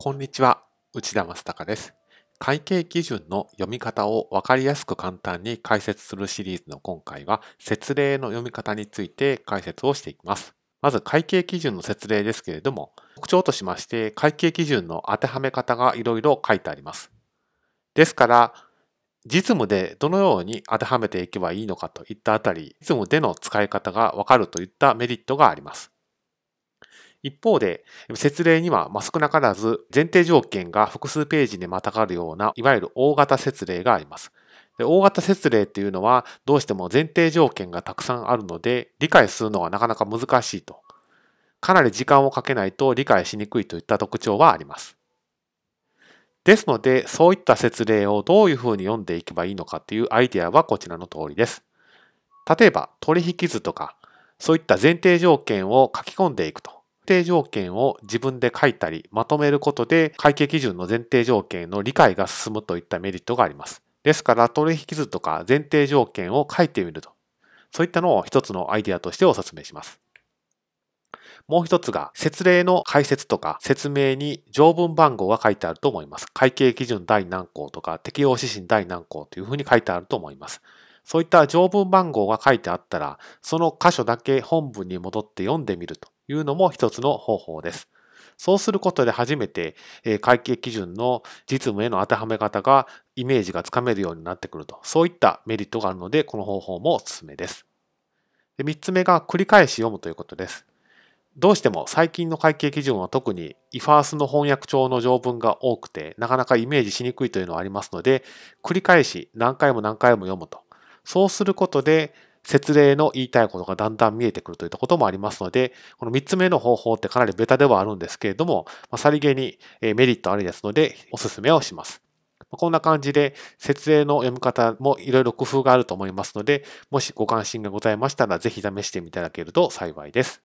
こんにちは、内田正孝です。会計基準の読み方を分かりやすく簡単に解説するシリーズの今回は、説例の読み方について解説をしていきます。まず会計基準の説例ですけれども、特徴としまして会計基準の当てはめ方がいろいろ書いてあります。ですから、実務でどのように当てはめていけばいいのかといったあたり、実務での使い方がわかるといったメリットがあります。一方で、説例には少なからず前提条件が複数ページにまたがるような、いわゆる大型説例があります。大型説例っていうのは、どうしても前提条件がたくさんあるので、理解するのがなかなか難しいと。かなり時間をかけないと理解しにくいといった特徴はあります。ですので、そういった説例をどういうふうに読んでいけばいいのかっていうアイデアはこちらの通りです。例えば、取引図とか、そういった前提条件を書き込んでいくと。前提条件を自分で書いたり、まとめることで、会計基準の前提条件の理解が進むといったメリットがあります。ですから、取引図とか前提条件を書いてみると。そういったのを一つのアイデアとしてお勧めします。もう一つが、説例の解説とか説明に条文番号が書いてあると思います。会計基準第何項とか適用指針第何項というふうに書いてあると思います。そういった条文番号が書いてあったら、その箇所だけ本文に戻って読んでみるというのも一つの方法です。そうすることで初めて会計基準の実務への当てはめ方がイメージがつかめるようになってくると、そういったメリットがあるので、この方法もおすすめです。3つ目が繰り返し読むということです。どうしても最近の会計基準は特に IFRS の翻訳帳の条文が多くて、なかなかイメージしにくいというのはありますので、繰り返し何回も何回も読むと。そうすることで、説例の言いたいことがだんだん見えてくるといったこともありますので、この3つ目の方法ってかなりベタではあるんですけれども、さりげにメリットありですので、お勧めをします。こんな感じで、説例の読み方もいろいろ工夫があると思いますので、もしご関心がございましたら、ぜひ試してみていただけると幸いです。